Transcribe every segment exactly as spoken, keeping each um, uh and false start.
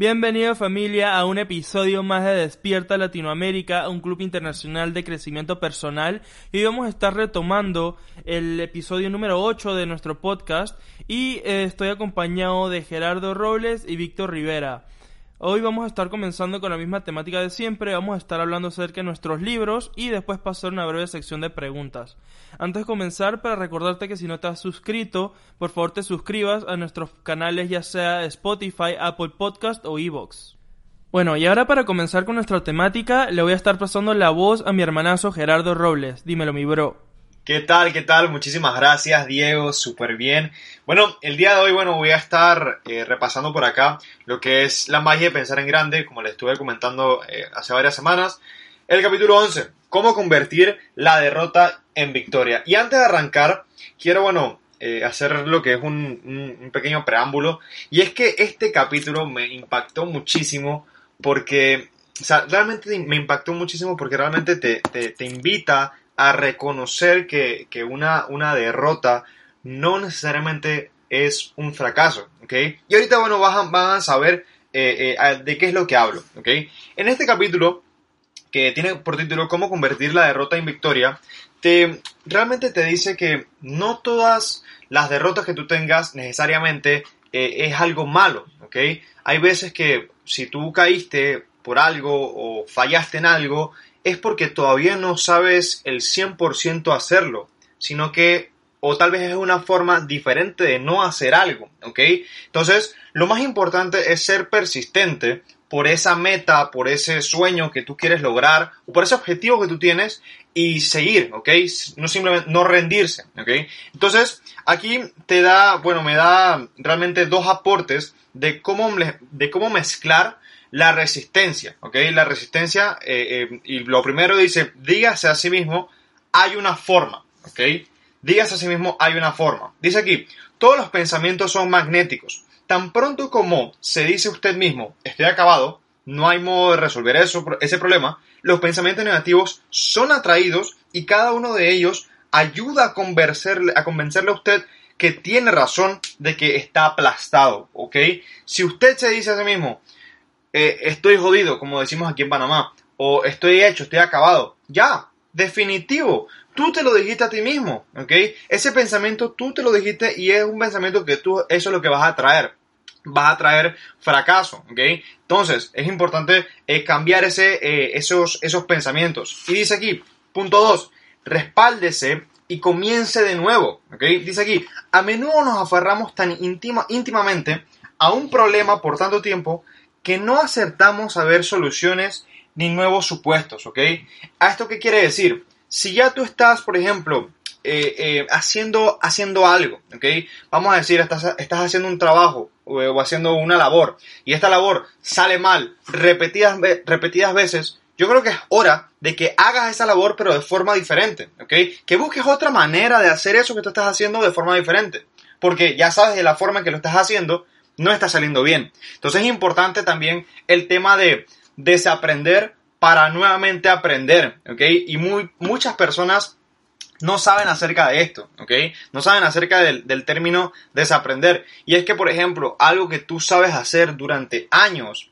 Bienvenido familia a un episodio más de Despierta Latinoamérica, un club internacional de crecimiento personal, y hoy vamos a estar retomando el episodio número ocho de nuestro podcast y eh, estoy acompañado de Gerardo Robles y Víctor Rivera. Hoy vamos a estar comenzando con la misma temática de siempre, vamos a estar hablando acerca de nuestros libros y después pasar una breve sección de preguntas. Antes de comenzar, para recordarte que si no te has suscrito, por favor te suscribas a nuestros canales ya sea Spotify, Apple Podcast o iVoox. Bueno, y ahora para comenzar con nuestra temática, le voy a estar pasando la voz a mi hermanazo Gerardo Robles. Dímelo, mi bro. ¿Qué tal? ¿Qué tal? Muchísimas gracias, Diego, súper bien. Bueno, el día de hoy, bueno, voy a estar eh, repasando por acá lo que es la magia de pensar en grande, como les estuve comentando eh, hace varias semanas. El capítulo once, cómo convertir la derrota en victoria. Y antes de arrancar, quiero, bueno, eh, hacer lo que es un, un, un pequeño preámbulo. Y es que este capítulo me impactó muchísimo porque, o sea, realmente me impactó muchísimo porque realmente te, te, te invita a reconocer que, que una, una derrota no necesariamente es un fracaso, ¿ok? Y ahorita, bueno, van a, van a saber eh, eh, de qué es lo que hablo, ¿ok? En este capítulo, que tiene por título Cómo convertir la derrota en victoria, te, realmente te dice que no todas las derrotas que tú tengas necesariamente eh, es algo malo, ¿ok? Hay veces que si tú caíste por algo o fallaste en algo, es porque todavía no sabes el cien por ciento hacerlo, sino que, o tal vez es una forma diferente de no hacer algo, ¿ok? Entonces, lo más importante es ser persistente por esa meta, por ese sueño que tú quieres lograr, o por ese objetivo que tú tienes, y seguir, ¿ok? No simplemente, no rendirse, ¿ok? Entonces, aquí te da, bueno, me da realmente dos aportes de cómo, de cómo mezclar la resistencia, ¿ok? La resistencia, eh, eh, y lo primero dice, dígase a sí mismo, hay una forma, ¿ok? Dígase a sí mismo, hay una forma. Dice aquí, todos los pensamientos son magnéticos. Tan pronto como se dice usted mismo, estoy acabado, no hay modo de resolver eso, ese problema, los pensamientos negativos son atraídos y cada uno de ellos ayuda a convencerle, a convencerle a usted que tiene razón de que está aplastado, ¿ok? Si usted se dice a sí mismo, Eh, estoy jodido, como decimos aquí en Panamá, o estoy hecho, estoy acabado, ya, definitivo, tú te lo dijiste a ti mismo, ¿ok? Ese pensamiento tú te lo dijiste y es un pensamiento que tú, eso es lo que vas a traer, vas a traer fracaso, ¿ok? Entonces, es importante eh, cambiar ese, eh, esos, esos pensamientos. Y dice aquí, punto dos, respáldese y comience de nuevo, ¿ok? Dice aquí, a menudo nos aferramos tan íntima, íntimamente a un problema por tanto tiempo que no acertamos a ver soluciones ni nuevos supuestos, ¿ok? ¿A esto qué quiere decir? Si ya tú estás, por ejemplo, eh, eh, haciendo, haciendo algo, ¿ok? Vamos a decir, estás, estás haciendo un trabajo o, o haciendo una labor y esta labor sale mal repetidas, repetidas veces, yo creo que es hora de que hagas esa labor pero de forma diferente, ¿ok? Que busques otra manera de hacer eso que tú estás haciendo de forma diferente, porque ya sabes de la forma en que lo estás haciendo no está saliendo bien. Entonces es importante también el tema de desaprender para nuevamente aprender, ¿ok? Y muy, muchas personas no saben acerca de esto, ¿ok? No saben acerca del, del término desaprender. Y es que, por ejemplo, algo que tú sabes hacer durante años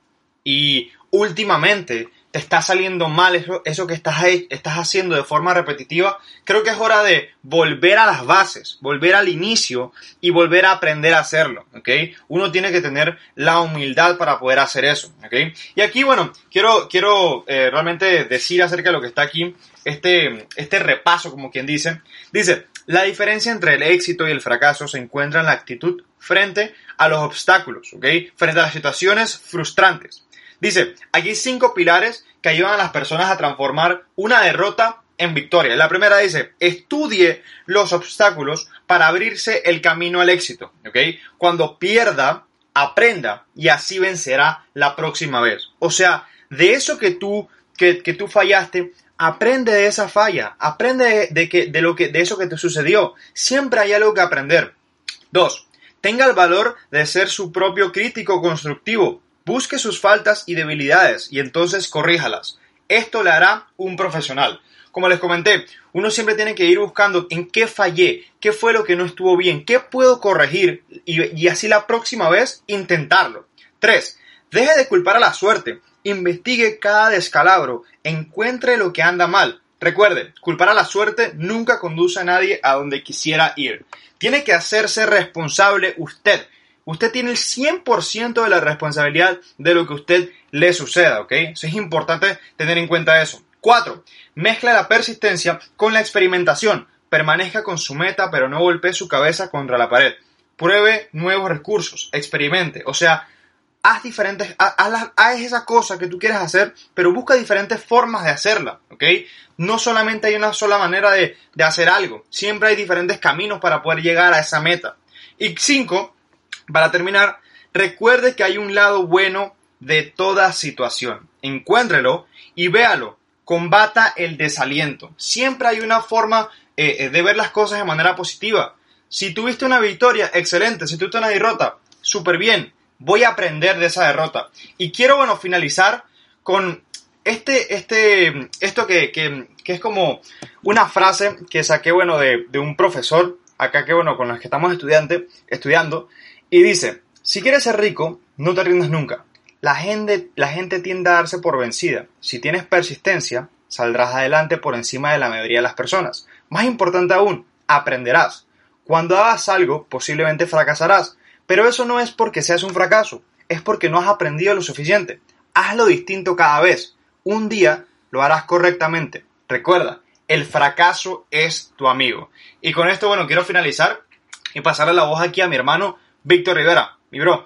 y últimamente te está saliendo mal eso, eso que estás, estás haciendo de forma repetitiva, creo que es hora de volver a las bases, volver al inicio y volver a aprender a hacerlo, ¿ok? Uno tiene que tener la humildad para poder hacer eso, ¿ok? Y aquí, bueno, quiero, quiero eh, realmente decir acerca de lo que está aquí, este, este repaso, como quien dice. Dice, la diferencia entre el éxito y el fracaso se encuentra en la actitud frente a los obstáculos, ¿ok? Frente a las situaciones frustrantes. Dice, aquí hay cinco pilares que ayudan a las personas a transformar una derrota en victoria. La primera dice, estudie los obstáculos para abrirse el camino al éxito, ¿ok? Cuando pierda, aprenda y así vencerá la próxima vez. O sea, de eso que tú, que, que tú fallaste, aprende de esa falla, aprende de, de, que, de, lo que, de eso que te sucedió. Siempre hay algo que aprender. Dos, tenga el valor de ser su propio crítico constructivo. Busque sus faltas y debilidades y entonces corríjalas. Esto le hará un profesional. Como les comenté, uno siempre tiene que ir buscando en qué fallé, qué fue lo que no estuvo bien, qué puedo corregir y, y así la próxima vez intentarlo. Tres, Deje de culpar a la suerte. Investigue cada descalabro. Encuentre lo que anda mal. Recuerde, culpar a la suerte nunca conduce a nadie a donde quisiera ir. Tiene que hacerse responsable usted. Usted tiene el cien por ciento de la responsabilidad de lo que a usted le suceda, ¿ok? Eso es importante tener en cuenta eso. Cuatro, mezcla la persistencia con la experimentación. Permanezca con su meta, pero no golpee su cabeza contra la pared. Pruebe nuevos recursos, experimente, o sea, haz diferentes, haz, haz, haz esa cosa que tú quieres hacer, pero busca diferentes formas de hacerla, ¿ok? No solamente hay una sola manera de, de hacer algo, siempre hay diferentes caminos para poder llegar a esa meta. Y cinco, para terminar, recuerde que hay un lado bueno de toda situación. Encuéntrelo y véalo. Combata el desaliento. Siempre hay una forma eh, de ver las cosas de manera positiva. Si tuviste una victoria, excelente. Si tuviste una derrota, súper bien. Voy a aprender de esa derrota. Y quiero, bueno, finalizar con este, este, esto que, que, que es como una frase que saqué, bueno, de, de un profesor, acá que, bueno, con los que estamos estudiante, estudiando, y dice, si quieres ser rico, no te rindas nunca. La gente, la gente tiende a darse por vencida. Si tienes persistencia, saldrás adelante por encima de la mayoría de las personas. Más importante aún, aprenderás. Cuando hagas algo, posiblemente fracasarás. Pero eso no es porque seas un fracaso, es porque no has aprendido lo suficiente. Hazlo distinto cada vez. Un día lo harás correctamente. Recuerda, el fracaso es tu amigo. Y con esto, bueno, quiero finalizar y pasarle la voz aquí a mi hermano Víctor Rivera. Mi bro.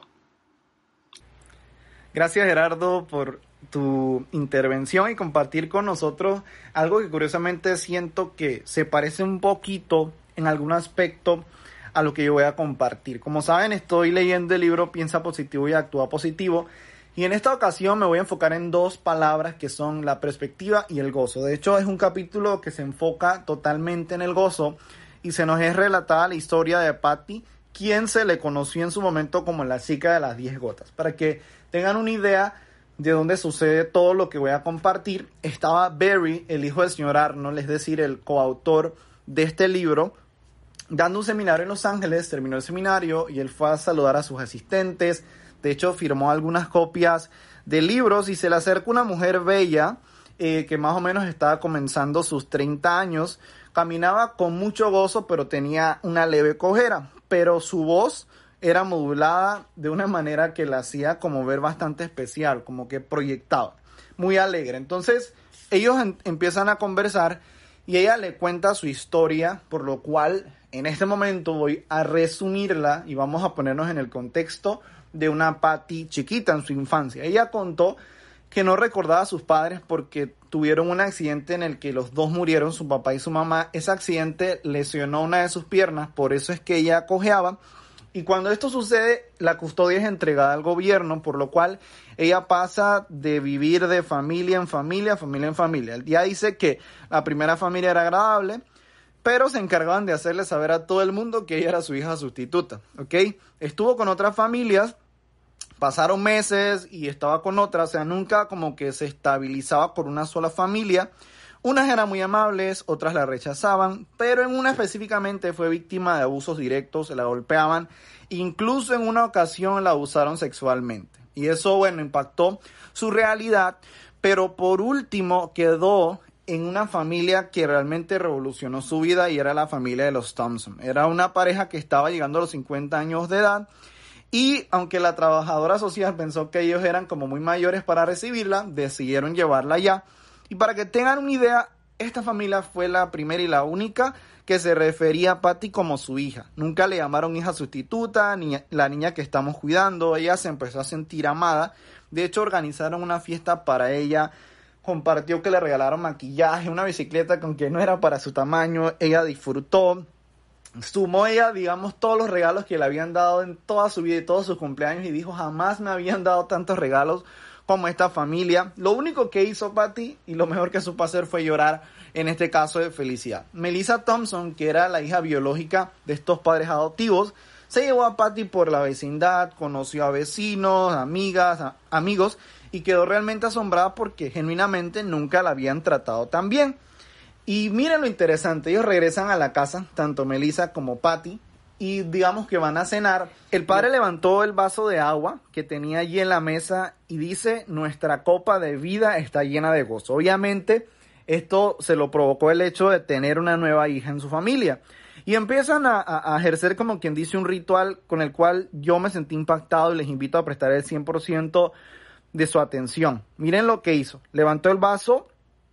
Gracias, Gerardo, por tu intervención y compartir con nosotros algo que curiosamente siento que se parece un poquito en algún aspecto a lo que yo voy a compartir. Como saben, estoy leyendo el libro Piensa Positivo y Actúa Positivo, y en esta ocasión me voy a enfocar en dos palabras que son la perspectiva y el gozo. De hecho, es un capítulo que se enfoca totalmente en el gozo y se nos es relatada la historia de Patty, quien se le conoció en su momento como la chica de las diez gotas. Para que tengan una idea de dónde sucede todo lo que voy a compartir, estaba Barry, el hijo del señor Arnold, es decir, el coautor de este libro, dando un seminario en Los Ángeles. Terminó el seminario y él fue a saludar a sus asistentes. De hecho, firmó algunas copias de libros y se le acerca una mujer bella eh, que más o menos estaba comenzando sus treinta años. Caminaba con mucho gozo, pero tenía una leve cojera. Pero su voz era modulada de una manera que la hacía como ver bastante especial, como que proyectaba, muy alegre. Entonces, ellos en, empiezan a conversar y ella le cuenta su historia, por lo cual en este momento voy a resumirla y vamos a ponernos en el contexto de una Patty chiquita en su infancia. Ella contó que no recordaba a sus padres porque tuvieron un accidente en el que los dos murieron, su papá y su mamá. Ese accidente lesionó una de sus piernas, por eso es que ella cojeaba. Y cuando esto sucede, la custodia es entregada al gobierno, por lo cual ella pasa de vivir de familia en familia, familia en familia. El día dice que la primera familia era agradable, pero se encargaban de hacerle saber a todo el mundo que ella era su hija sustituta, ¿ok? Estuvo con otras familias, pasaron meses y estaba con otras, o sea, nunca como que se estabilizaba por una sola familia. Unas eran muy amables, otras la rechazaban, pero en una específicamente fue víctima de abusos directos, se la golpeaban, incluso en una ocasión la abusaron sexualmente. Y eso, bueno, impactó su realidad, pero por último quedó en una familia que realmente revolucionó su vida y era la familia de los Thompson. Era una pareja que estaba llegando a los cincuenta años de edad y aunque la trabajadora social pensó que ellos eran como muy mayores para recibirla, decidieron llevarla allá. Y para que tengan una idea, esta familia fue la primera y la única que se refería a Patty como su hija. Nunca le llamaron hija sustituta, ni la niña que estamos cuidando. Ella se empezó a sentir amada. De hecho, organizaron una fiesta para ella. Compartió que le regalaron maquillaje, una bicicleta con que no era para su tamaño. Ella disfrutó. Sumó ella, digamos, todos los regalos que le habían dado en toda su vida y todos sus cumpleaños. Y dijo, jamás me habían dado tantos regalos como esta familia. Lo único que hizo Patty y lo mejor que supo hacer fue llorar, en este caso de felicidad. Melissa Thompson, que era la hija biológica de estos padres adoptivos, se llevó a Patty por la vecindad, conoció a vecinos, amigas, a, amigos y quedó realmente asombrada porque genuinamente nunca la habían tratado tan bien. Y miren lo interesante, ellos regresan a la casa, tanto Melissa como Patty, y digamos que van a cenar. El padre levantó el vaso de agua que tenía allí en la mesa y dice, nuestra copa de vida está llena de gozo. Obviamente esto se lo provocó el hecho de tener una nueva hija en su familia. Y empiezan a, a, a ejercer como quien dice un ritual con el cual yo me sentí impactado y les invito a prestar el cien por ciento de su atención. Miren lo que hizo. Levantó el vaso,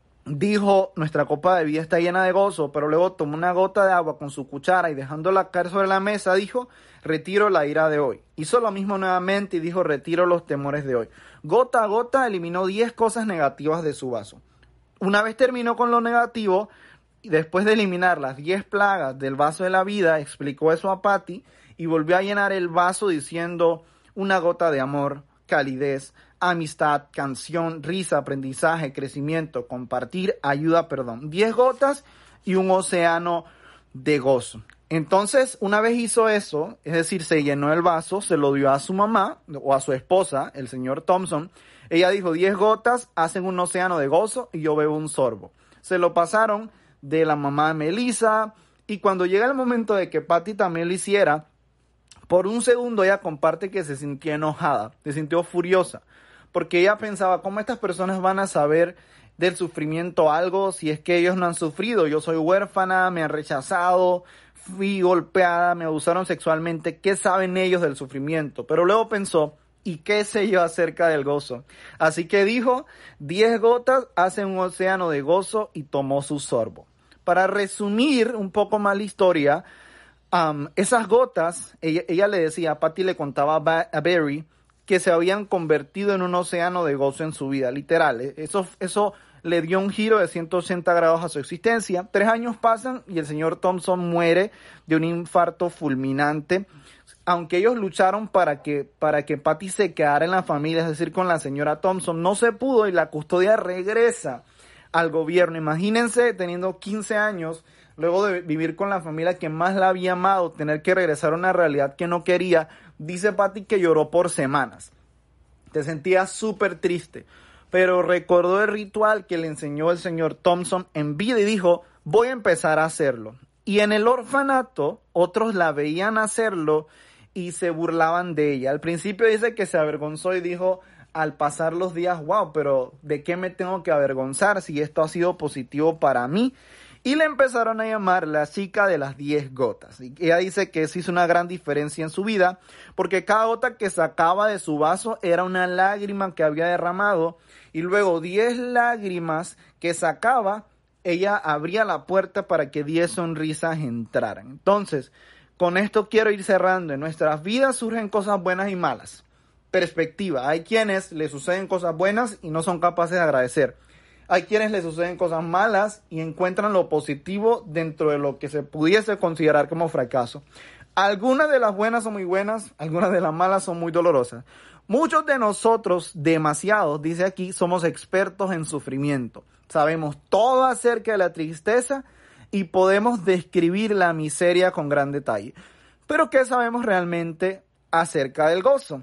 dijo, nuestra copa de vida está llena de gozo, pero luego tomó una gota de agua con su cuchara y dejándola caer sobre la mesa, dijo, retiro la ira de hoy. Hizo lo mismo nuevamente y dijo, retiro los temores de hoy. Gota a gota eliminó diez cosas negativas de su vaso. Una vez terminó con lo negativo, y después de eliminar las diez plagas del vaso de la vida, explicó eso a Patty y volvió a llenar el vaso diciendo una gota de amor, calidez, amistad, canción, risa, aprendizaje, crecimiento, compartir, ayuda, perdón. diez gotas y un océano de gozo. Entonces, una vez hizo eso, es decir, se llenó el vaso, se lo dio a su mamá o a su esposa, el señor Thompson. Ella dijo, diez gotas hacen un océano de gozo y yo bebo un sorbo. Se lo pasaron de la mamá de Melissa, y cuando llega el momento de que Patty también lo hiciera, por un segundo ella comparte que se sintió enojada, se sintió furiosa, porque ella pensaba, ¿cómo estas personas van a saber del sufrimiento algo si es que ellos no han sufrido? Yo soy huérfana, me han rechazado, fui golpeada, me abusaron sexualmente, ¿qué saben ellos del sufrimiento? Pero luego pensó, ¿y qué sé yo acerca del gozo? Así que dijo, diez gotas hacen un océano de gozo y tomó su sorbo. Para resumir un poco más la historia, um, esas gotas, ella, ella le decía, a Patty le contaba a, ba- a Barry que se habían convertido en un océano de gozo en su vida, literal. Eso, eso le dio un giro de ciento ochenta grados a su existencia. Tres años pasan y el señor Thompson muere de un infarto fulminante. Aunque ellos lucharon para que, para que Patty se quedara en la familia, es decir, con la señora Thompson, no se pudo y la custodia regresa al gobierno. Imagínense teniendo quince años, luego de vivir con la familia que más la había amado, tener que regresar a una realidad que no quería. Dice Patty que lloró por semanas. Se sentía súper triste, pero recordó el ritual que le enseñó el señor Thompson en vida y dijo, voy a empezar a hacerlo. Y en el orfanato, otros la veían hacerlo y se burlaban de ella. Al principio dice que se avergonzó y dijo, al pasar los días, wow, pero ¿de qué me tengo que avergonzar si esto ha sido positivo para mí? Y le empezaron a llamar la chica de las diez gotas. Y ella dice que eso hizo una gran diferencia en su vida, porque cada gota que sacaba de su vaso era una lágrima que había derramado, y luego diez lágrimas que sacaba, ella abría la puerta para que diez sonrisas entraran. Entonces, con esto quiero ir cerrando. En nuestras vidas surgen cosas buenas y malas. Perspectiva. Hay quienes les suceden cosas buenas y no son capaces de agradecer. Hay quienes les suceden cosas malas y encuentran lo positivo dentro de lo que se pudiese considerar como fracaso. Algunas de las buenas son muy buenas, algunas de las malas son muy dolorosas. Muchos de nosotros, demasiados, dice aquí, somos expertos en sufrimiento. Sabemos todo acerca de la tristeza y podemos describir la miseria con gran detalle. Pero ¿qué sabemos realmente acerca del gozo?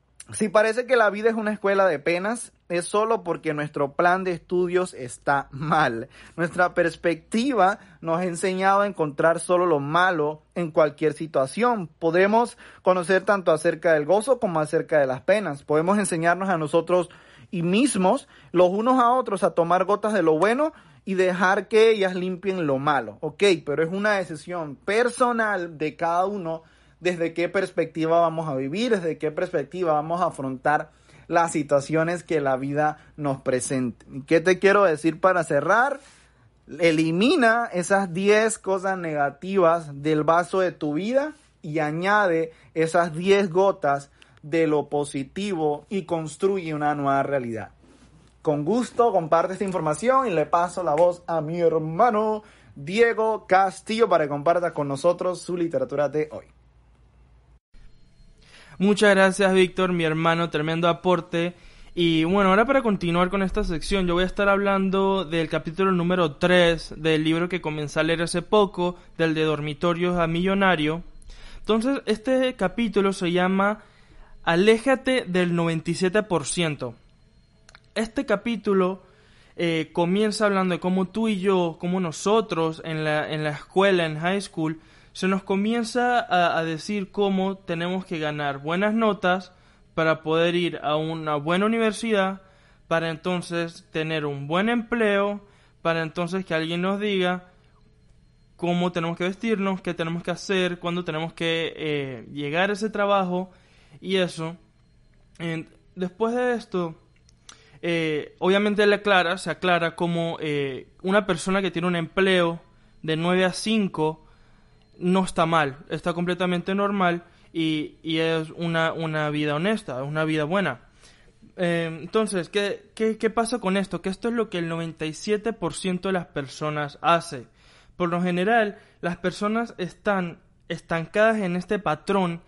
Si parece que la vida es una escuela de penas, es solo porque nuestro plan de estudios está mal. Nuestra perspectiva nos ha enseñado a encontrar solo lo malo en cualquier situación. Podemos conocer tanto acerca del gozo como acerca de las penas. Podemos enseñarnos a nosotros y mismos, los unos a otros, a tomar gotas de lo bueno y dejar que ellas limpien lo malo. Ok, pero es una decisión personal de cada uno desde qué perspectiva vamos a vivir, desde qué perspectiva vamos a afrontar las situaciones que la vida nos presente. ¿Y qué te quiero decir para cerrar? Elimina esas diez cosas negativas del vaso de tu vida y añade esas diez gotas de lo positivo y construye una nueva realidad. Con gusto comparte esta información y le paso la voz a mi hermano Diego Castillo para que comparta con nosotros su literatura de hoy. Muchas gracias, Víctor, mi hermano, tremendo aporte. Y bueno, ahora para continuar con esta sección, yo voy a estar hablando del capítulo número tres del libro que comencé a leer hace poco, del de Dormitorios a Millonario. Entonces, este capítulo se llama Aléjate del noventa y siete por ciento. Este capítulo eh, comienza hablando de cómo tú y yo, cómo nosotros en la, en la escuela, en high school, se nos comienza a, a decir cómo tenemos que ganar buenas notas para poder ir a una buena universidad, para entonces tener un buen empleo, para entonces que alguien nos diga cómo tenemos que vestirnos, qué tenemos que hacer, cuándo tenemos que eh, llegar a ese trabajo y eso. Eh, después de esto, eh, obviamente le aclara, se aclara como eh, una persona que tiene un empleo de nueve a cinco no está mal, está completamente normal y, y es una, una vida honesta, una vida buena. Eh, entonces, ¿qué, qué, ¿qué pasa con esto? Que esto es lo que el noventa y siete por ciento de las personas hace. Por lo general, las personas están estancadas en este patrón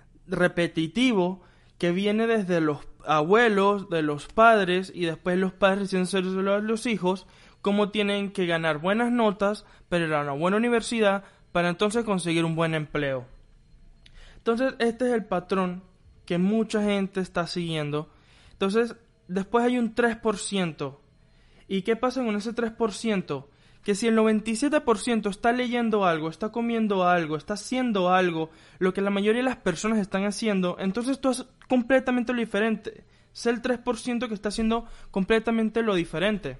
repetitivo que viene desde los abuelos, de los padres y después los padres diciéndoselo a los hijos, cómo tienen que ganar buenas notas para ir a una buena universidad para entonces conseguir un buen empleo. Entonces, este es el patrón que mucha gente está siguiendo. Entonces, después hay un tres por ciento. ¿Y qué pasa con ese tres por ciento? Que si el noventa y siete por ciento está leyendo algo, está comiendo algo, está haciendo algo, lo que la mayoría de las personas están haciendo, entonces tú haces completamente lo diferente. Es el tres por ciento que está haciendo completamente lo diferente.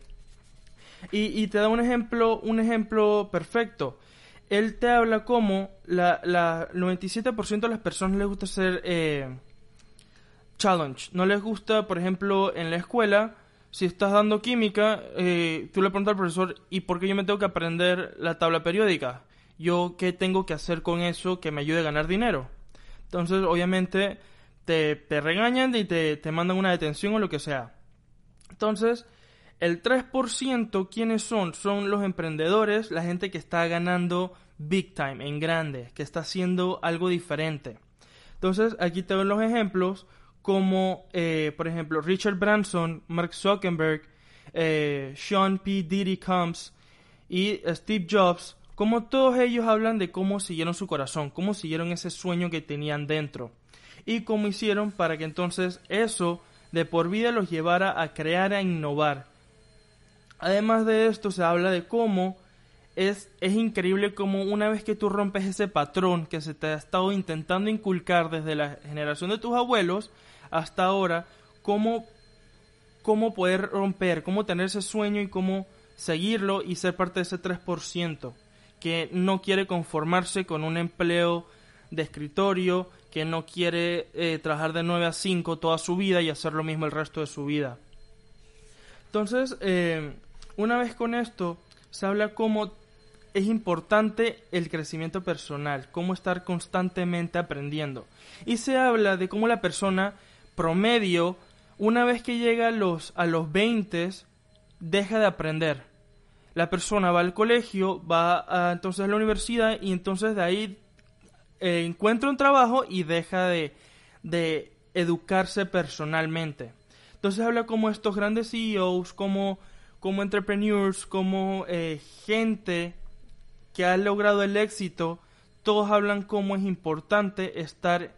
Y, y te da un ejemplo, un ejemplo perfecto. Él te habla como la, la noventa y siete por ciento de las personas les gusta hacer eh, challenge. No les gusta, por ejemplo, en la escuela, si estás dando química, eh, tú le preguntas al profesor, ¿y por qué yo me tengo que aprender la tabla periódica? ¿Yo qué tengo que hacer con eso que me ayude a ganar dinero? Entonces, obviamente, te, te regañan y te, te mandan una detención o lo que sea. Entonces, el tres por ciento, ¿quiénes son? Son los emprendedores, la gente que está ganando big time, en grande, que está haciendo algo diferente. Entonces, aquí te doy los ejemplos, como, eh, por ejemplo, Richard Branson, Mark Zuckerberg, eh, Sean P. Diddy Combs y Steve Jobs, como todos ellos hablan de cómo siguieron su corazón, cómo siguieron ese sueño que tenían dentro y cómo hicieron para que entonces eso de por vida los llevara a crear, a innovar. Además de esto, se habla de cómo es, es increíble cómo una vez que tú rompes ese patrón que se te ha estado intentando inculcar desde la generación de tus abuelos hasta ahora, cómo, cómo poder romper, cómo tener ese sueño y cómo seguirlo y ser parte de ese tres por ciento que no quiere conformarse con un empleo de escritorio, que no quiere eh, trabajar de nueve a cinco toda su vida y hacer lo mismo el resto de su vida. Entonces, eh, una vez con esto, se habla cómo es importante el crecimiento personal, cómo estar constantemente aprendiendo. Y se habla de cómo la persona promedio, una vez que llega a los, a los veinte, deja de aprender. La persona va al colegio, va a, entonces a la universidad y entonces de ahí eh, encuentra un trabajo y deja de, de educarse personalmente. Entonces habla como estos grandes C E Os, como, como entrepreneurs, como eh, gente que ha logrado el éxito, todos hablan cómo es importante estar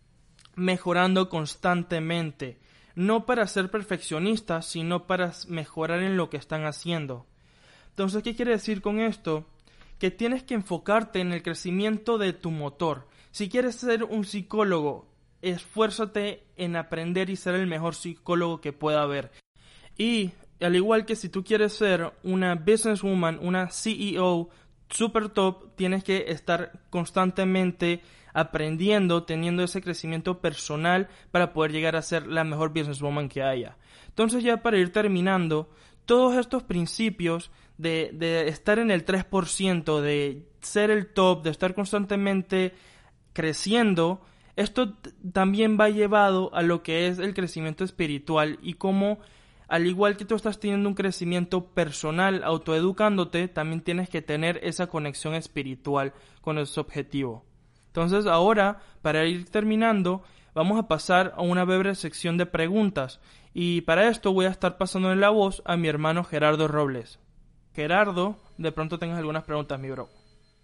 mejorando constantemente. No para ser perfeccionistas, sino para mejorar en lo que están haciendo. Entonces, ¿qué quiere decir con esto? Que tienes que enfocarte en el crecimiento de tu motor. Si quieres ser un psicólogo, esfuérzate en aprender y ser el mejor psicólogo que pueda haber. Y al igual que si tú quieres ser una businesswoman, una C E O super top, tienes que estar constantemente aprendiendo, teniendo ese crecimiento personal para poder llegar a ser la mejor businesswoman que haya. Entonces, ya para ir terminando, todos estos principios de, de estar en el tres por ciento, de ser el top, de estar constantemente creciendo, esto t- también va llevado a lo que es el crecimiento espiritual y cómo, al igual que tú estás teniendo un crecimiento personal, autoeducándote, también tienes que tener esa conexión espiritual con ese objetivo. Entonces ahora, para ir terminando, vamos a pasar a una breve sección de preguntas. Y para esto voy a estar pasándole la voz a mi hermano Gerardo Robles. Gerardo, de pronto tengas algunas preguntas, mi bro.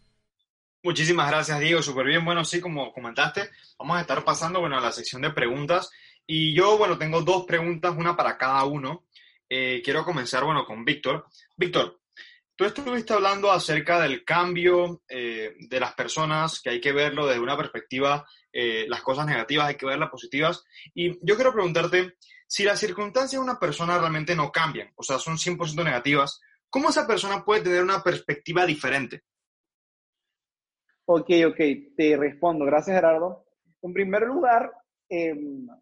Muchísimas gracias, Diego. Súper bien. Bueno, sí, como comentaste, vamos a estar pasando, bueno, a la sección de preguntas. Y yo, bueno, tengo dos preguntas, una para cada uno. Eh, quiero comenzar, bueno, con Víctor. Víctor, tú estuviste hablando acerca del cambio eh, de las personas, que hay que verlo desde una perspectiva, eh, las cosas negativas hay que verlas positivas. Y yo quiero preguntarte, si las circunstancias de una persona realmente no cambian, o sea, son cien por ciento negativas, ¿cómo esa persona puede tener una perspectiva diferente? Ok, ok, te respondo. Gracias, Gerardo. En primer lugar, eh,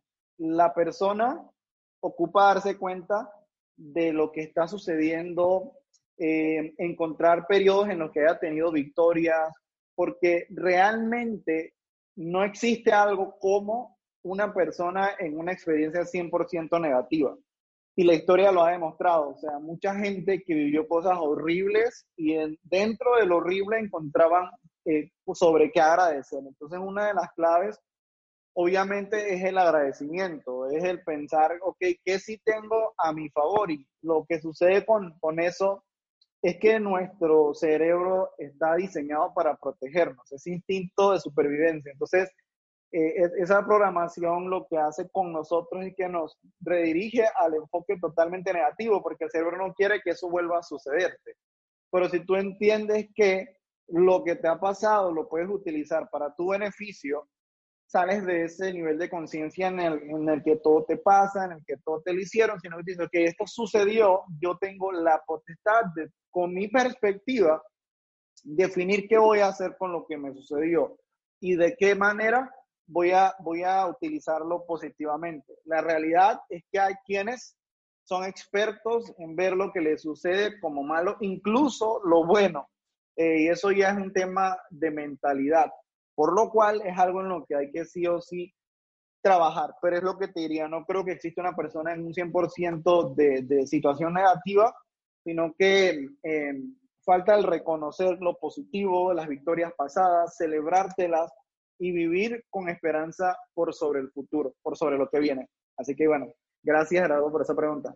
la persona ocupa darse cuenta de lo que está sucediendo, eh, encontrar periodos en los que haya tenido victorias, porque realmente no existe algo como una persona en una experiencia cien por ciento negativa. Y la historia lo ha demostrado. O sea, mucha gente que vivió cosas horribles y en, dentro de lo horrible encontraban eh, sobre qué agradecer. Entonces, una de las claves, obviamente, es el agradecimiento, es el pensar, ok, ¿qué sí tengo a mi favor? Y lo que sucede con, con eso es que nuestro cerebro está diseñado para protegernos, ese instinto de supervivencia. Entonces, eh, esa programación lo que hace con nosotros es que nos redirige al enfoque totalmente negativo, porque el cerebro no quiere que eso vuelva a sucederte. Pero si tú entiendes que lo que te ha pasado lo puedes utilizar para tu beneficio, sales de ese nivel de conciencia en el, en el que todo te pasa, en el que todo te lo hicieron, sino que dices, ok, esto sucedió, yo tengo la potestad de, con mi perspectiva, definir qué voy a hacer con lo que me sucedió y de qué manera voy a, voy a utilizarlo positivamente. La realidad es que hay quienes son expertos en ver lo que les sucede como malo, incluso lo bueno, eh, y eso ya es un tema de mentalidad, por lo cual es algo en lo que hay que sí o sí trabajar, pero es lo que te diría, no creo que exista una persona en un cien por ciento de, de situación negativa, sino que eh, falta el reconocer lo positivo, las victorias pasadas, celebrártelas y vivir con esperanza por sobre el futuro, por sobre lo que viene. Así que bueno, gracias Gerardo por esa pregunta.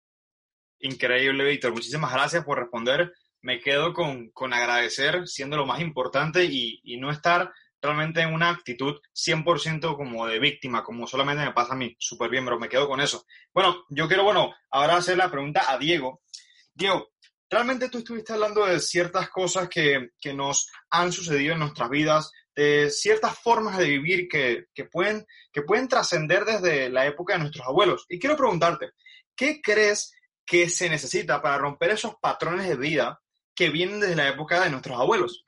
Increíble, Víctor. Muchísimas gracias por responder. Me quedo con, con agradecer, siendo lo más importante, y, y no estar realmente en una actitud cien por ciento como de víctima, como solamente me pasa a mí. Súper bien, pero me quedo con eso. Bueno, yo quiero, bueno, ahora hacer la pregunta a Diego. Diego, realmente tú estuviste hablando de ciertas cosas que, que nos han sucedido en nuestras vidas, de ciertas formas de vivir que, que pueden, que pueden trascender desde la época de nuestros abuelos. Y quiero preguntarte, ¿qué crees que se necesita para romper esos patrones de vida que vienen desde la época de nuestros abuelos?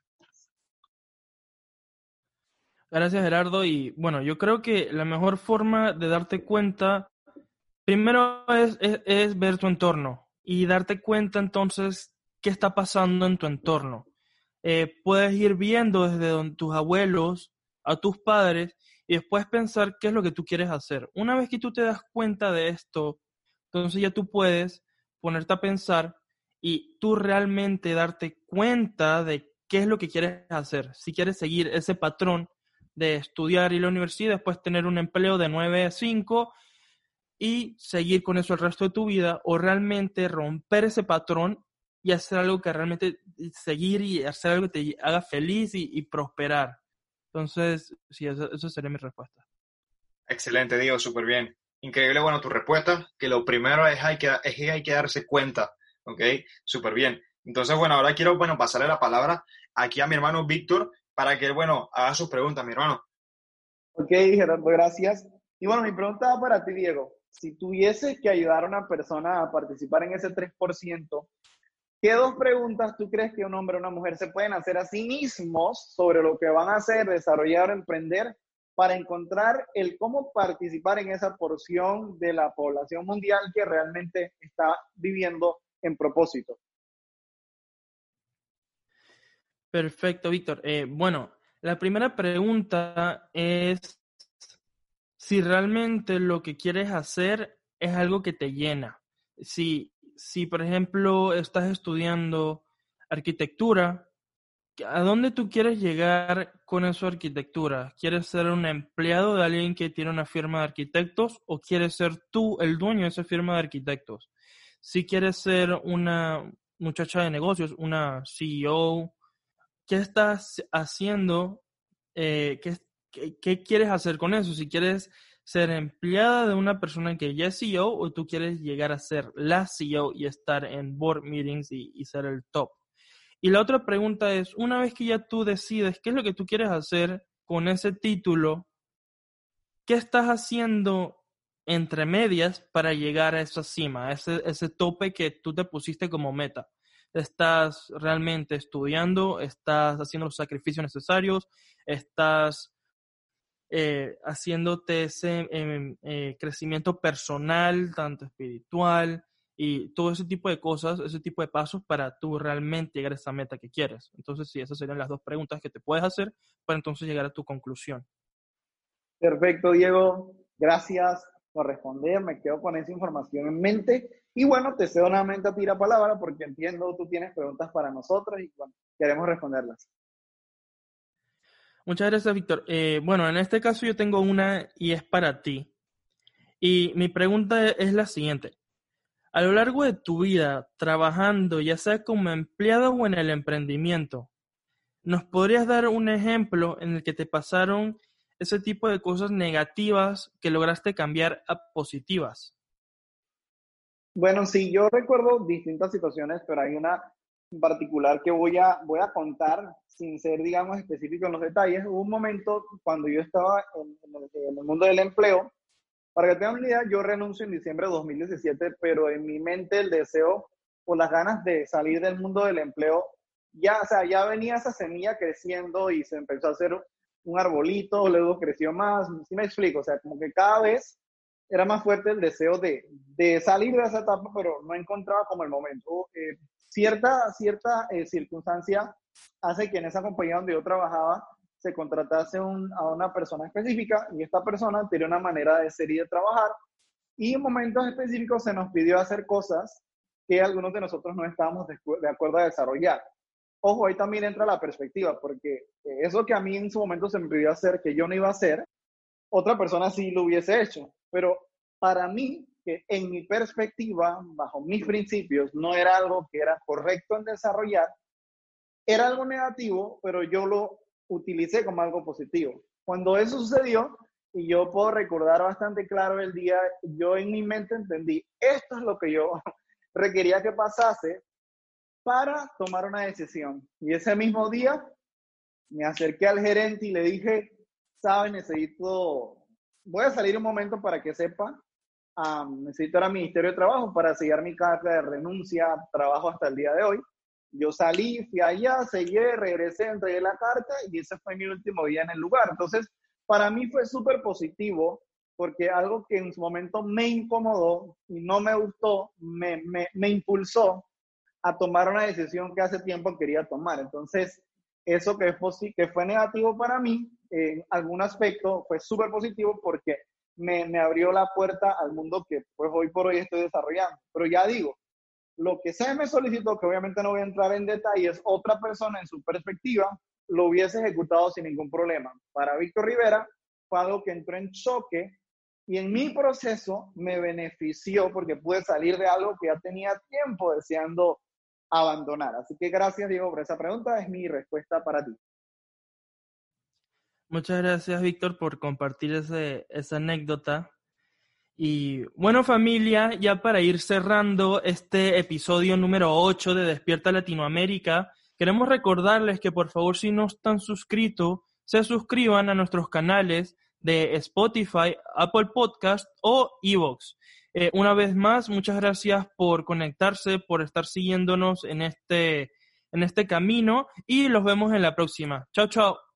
Gracias, Gerardo. Y bueno, yo creo que la mejor forma de darte cuenta, primero es, es, es ver tu entorno y darte cuenta entonces qué está pasando en tu entorno. Eh, puedes ir viendo desde donde tus abuelos a tus padres y después pensar qué es lo que tú quieres hacer. Una vez que tú te das cuenta de esto, entonces ya tú puedes ponerte a pensar y tú realmente darte cuenta de qué es lo que quieres hacer. Si quieres seguir ese patrón de estudiar y la universidad, después tener un empleo de nueve a cinco y seguir con eso el resto de tu vida, o realmente romper ese patrón y hacer algo que realmente, seguir y hacer algo que te haga feliz y, y prosperar. Entonces, sí, eso, eso sería mi respuesta. Excelente, Diego, súper bien. Increíble, bueno, tu respuesta, que lo primero es, hay que, es que hay que darse cuenta, ¿ok? Súper bien. Entonces, bueno, ahora quiero, bueno, pasarle la palabra aquí a mi hermano Víctor para que, bueno, haga sus preguntas, mi hermano. Ok, Gerardo, gracias. Y bueno, mi pregunta va para ti, Diego. Si tuviese que ayudar a una persona a participar en ese tres por ciento, ¿qué dos preguntas tú crees que un hombre o una mujer se pueden hacer a sí mismos sobre lo que van a hacer, desarrollar o emprender para encontrar el cómo participar en esa porción de la población mundial que realmente está viviendo en propósito? Perfecto, Víctor. Eh, bueno, la primera pregunta es si realmente lo que quieres hacer es algo que te llena. Si, si por ejemplo, estás estudiando arquitectura, ¿a dónde tú quieres llegar con esa arquitectura? ¿Quieres ser un empleado de alguien que tiene una firma de arquitectos o quieres ser tú el dueño de esa firma de arquitectos? Si quieres ser una muchacha de negocios, una C E O, ¿qué estás haciendo? Eh, ¿qué, qué, qué quieres hacer con eso? Si quieres ser empleada de una persona que ya es C E O o tú quieres llegar a ser la C E O y estar en board meetings y, y ser el top. Y la otra pregunta es, una vez que ya tú decides qué es lo que tú quieres hacer con ese título, ¿qué estás haciendo entre medias para llegar a esa cima, a ese, ese tope que tú te pusiste como meta? ¿Estás realmente estudiando? ¿Estás haciendo los sacrificios necesarios? ¿Estás eh, haciéndote ese eh, eh, crecimiento personal, tanto espiritual y todo ese tipo de cosas, ese tipo de pasos para tú realmente llegar a esa meta que quieres? Entonces, sí, esas serían las dos preguntas que te puedes hacer para entonces llegar a tu conclusión. Perfecto, Diego. Gracias por responder. Me quedo con esa información en mente. Y bueno, te cedo nuevamente a ti la palabra porque entiendo tú tienes preguntas para nosotros y bueno, queremos responderlas. Muchas gracias, Víctor. Eh, bueno, en este caso yo tengo una y es para ti. Y mi pregunta es la siguiente. A lo largo de tu vida, trabajando, ya sea como empleado o en el emprendimiento, ¿nos podrías dar un ejemplo en el que te pasaron ese tipo de cosas negativas que lograste cambiar a positivas? Bueno, sí, yo recuerdo distintas situaciones, pero hay una en particular que voy a, voy a contar sin ser, digamos, específico en los detalles. Hubo un momento cuando yo estaba en, en, el, en el mundo del empleo. Para que tengan una idea, yo renuncio en diciembre de dos mil diecisiete, pero en mi mente el deseo o las ganas de salir del mundo del empleo, ya, o sea, ya venía esa semilla creciendo y se empezó a hacer un arbolito, luego creció más, ¿sí me explico? O sea, como que cada vez era más fuerte el deseo de, de salir de esa etapa, pero no encontraba como el momento. Eh, cierta cierta eh, circunstancia hace que en esa compañía donde yo trabajaba se contratase un, a una persona específica y esta persona tenía una manera de ser y de trabajar y en momentos específicos se nos pidió hacer cosas que algunos de nosotros no estábamos de, de acuerdo a desarrollar. Ojo, ahí también entra la perspectiva, porque eso que a mí en su momento se me pidió hacer, que yo no iba a hacer, otra persona sí lo hubiese hecho. Pero para mí, que en mi perspectiva, bajo mis principios, no era algo que era correcto en desarrollar, era algo negativo, pero yo lo utilicé como algo positivo. Cuando eso sucedió, y yo puedo recordar bastante claro el día, yo en mi mente entendí, esto es lo que yo requería que pasase para tomar una decisión. Y ese mismo día me acerqué al gerente y le dije, sabes, necesito, voy a salir un momento para que sepa, um, necesito ir al Ministerio de Trabajo para sellar mi carta de renuncia a trabajo hasta el día de hoy. Yo salí, fui allá, sellé, regresé, entregué la carta y ese fue mi último día en el lugar. Entonces, para mí fue súper positivo porque algo que en su momento me incomodó y no me gustó, me, me, me impulsó a tomar una decisión que hace tiempo quería tomar. Entonces, eso que, fue, que fue negativo para mí, en algún aspecto fue súper positivo porque me, me abrió la puerta al mundo que pues hoy por hoy estoy desarrollando. Pero ya digo, lo que se me solicitó, que obviamente no voy a entrar en detalles, otra persona en su perspectiva lo hubiese ejecutado sin ningún problema. Para Víctor Rivera fue algo que entró en choque y en mi proceso me benefició porque pude salir de algo que ya tenía tiempo deseando abandonar. Así que gracias, Diego, por esa pregunta. Es mi respuesta para ti. Muchas gracias, Víctor, por compartir ese, esa anécdota. Y bueno, familia, ya para ir cerrando este episodio número ocho de Despierta Latinoamérica, queremos recordarles que por favor, si no están suscritos, se suscriban a nuestros canales de Spotify, Apple Podcast o iVoox. Eh, una vez más, muchas gracias por conectarse, por estar siguiéndonos en este, en este camino y los vemos en la próxima. Chao, chao.